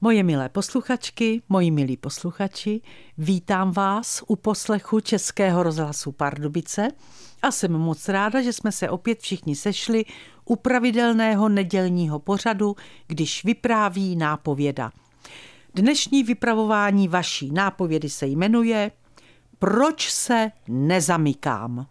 Moje milé posluchačky, moji milí posluchači, vítám vás u poslechu Českého rozhlasu Pardubice a jsem moc ráda, že jsme se opět všichni sešli u pravidelného nedělního pořadu, když vypráví nápověda. Dnešní vypravování vaší nápovědy se jmenuje Proč se nezamykám?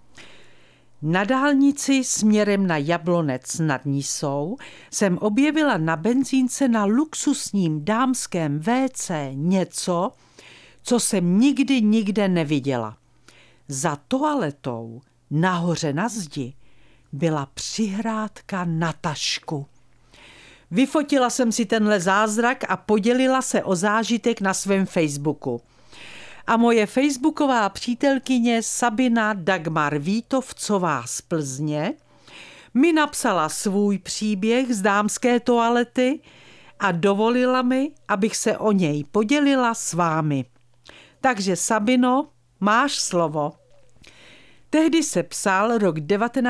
Na dálnici směrem na Jablonec nad Nisou jsem objevila na benzínce na luxusním dámském WC něco, co jsem nikde neviděla. Za toaletou nahoře na zdi byla přihrádka na tašku. Vyfotila jsem si tenhle zázrak a podělila se o zážitek na svém Facebooku. A moje facebooková přítelkyně Sabina Dagmar Vítovcová z Plzně mi napsala svůj příběh z dámské toalety a dovolila mi, abych se o něj podělila s vámi. Takže Sabino, máš slovo. Tehdy se psal rok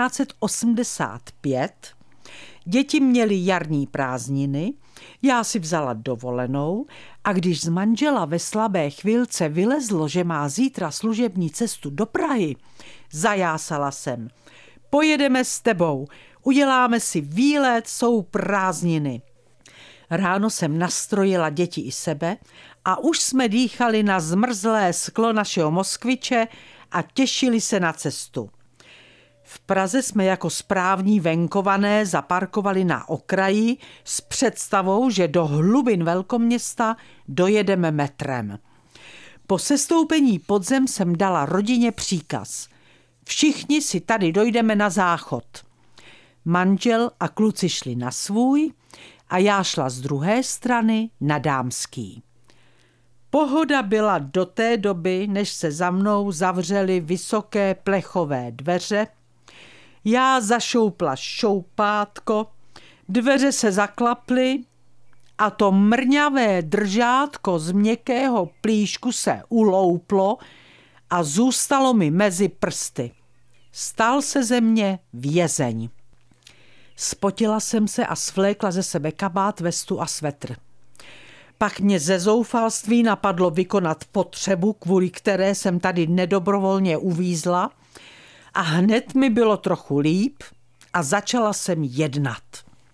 1985, děti měly jarní prázdniny, já si vzala dovolenou a když z manžela ve slabé chvilce vylezlo, že má zítra služební cestu do Prahy, zajásala jsem. Pojedeme s tebou, uděláme si výlet, jsou prázdniny. Ráno jsem nastrojila děti i sebe a už jsme dýchali na zmrzlé sklo našeho Moskviče a těšili se na cestu. V Praze jsme jako správní venkované zaparkovali na okraji s představou, že do hlubin velkoměsta dojedeme metrem. Po sestoupení pod zem jsem dala rodině příkaz. Všichni si tady dojdeme na záchod. Manžel a kluci šli na svůj a já šla z druhé strany na dámský. Pohoda byla do té doby, než se za mnou zavřely vysoké plechové dveře. Já zašoupla šoupátko, dveře se zaklaply a to mrňavé držátko z měkkého plíšku se ulouplo a zůstalo mi mezi prsty. Stal se ze mě vězeň. Spotila jsem se a svlékla ze sebe kabát, vestu a svetr. Pak mě ze zoufalství napadlo vykonat potřebu, kvůli které jsem tady nedobrovolně uvízla, a hned mi bylo trochu líp a začala jsem jednat.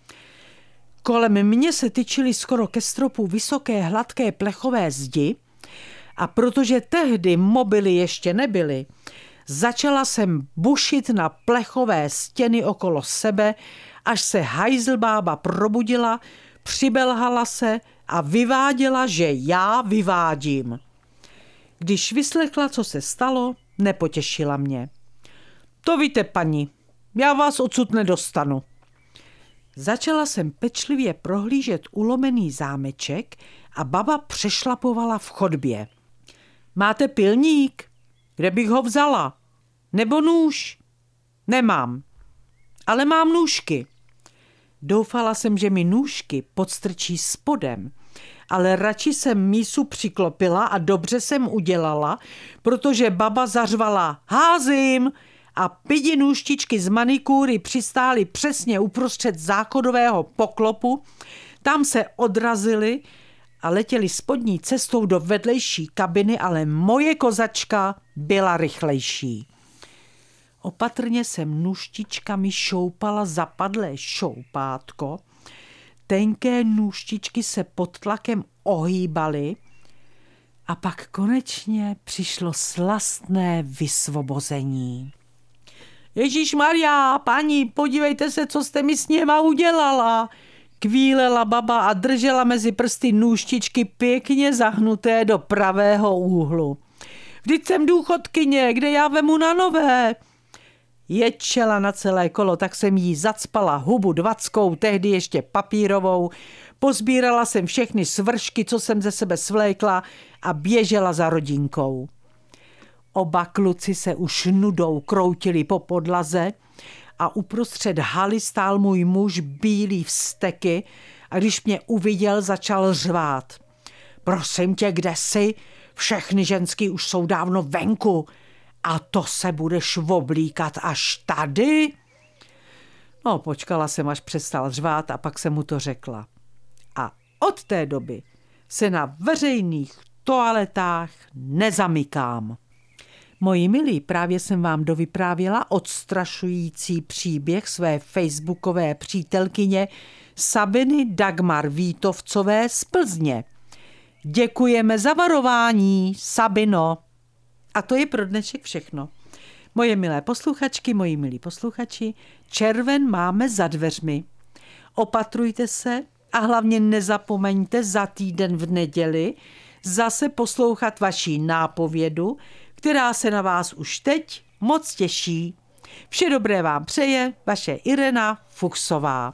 Kolem mě se tyčily skoro ke stropu vysoké hladké plechové zdi a protože tehdy mobily ještě nebyly, začala jsem bušit na plechové stěny okolo sebe, až se hajzlbába probudila, přibelhala se a vyváděla, že já vyvádím. Když vyslechla, co se stalo, nepotěšila mě. To víte, paní, já vás odsud nedostanu. Začala jsem pečlivě prohlížet ulomený zámeček a baba přešlapovala v chodbě. Máte pilník? Kde bych ho vzala? Nebo nůž? Nemám, ale mám nůžky. Doufala jsem, že mi nůžky podstrčí spodem, ale radši jsem mísu přiklopila a dobře jsem udělala, protože baba zařvala házím a pidi nůžtičky z manikúry přistály přesně uprostřed záchodového poklopu, tam se odrazily a letěly spodní cestou do vedlejší kabiny, ale moje kozačka byla rychlejší. Opatrně jsem nůžtičkami šoupala zapadlé šoupátko, tenké nůžtičky se pod tlakem ohýbaly a pak konečně přišlo slastné vysvobození. Ježíšmarja, paní, podívejte se, co jste mi s něma udělala. Kvílela baba a držela mezi prsty nůžtičky pěkně zahnuté do pravého úhlu. Vždyť jsem důchodkyně, kde já vemu na nové. Ječela na celé kolo, tak jsem jí zacpala hubu dvackou, tehdy ještě papírovou, pozbírala jsem všechny svršky, co jsem ze sebe svlékla a běžela za rodinkou. Oba kluci se už nudou kroutili po podlaze a uprostřed haly stál můj muž bílý vzteky a když mě uviděl, začal řvát. Prosím tě, kde jsi? Všechny ženský už jsou dávno venku. A to se budeš oblíkat až tady? No, počkala jsem, až přestal řvát a pak jsem mu to řekla. A od té doby se na veřejných toaletách nezamykám. Moji milí, právě jsem vám dovyprávěla odstrašující příběh své facebookové přítelkyně Sabiny Dagmar Vítovcové z Plzně. Děkujeme za varování, Sabino. A to je pro dnešek všechno. Moje milé posluchačky, moji milí posluchači, červen máme za dveřmi. Opatrujte se a hlavně nezapomeňte za týden v neděli zase poslouchat vaší nápovědu, která se na vás už teď moc těší. Vše dobré vám přeje vaše Irena Fuchsová.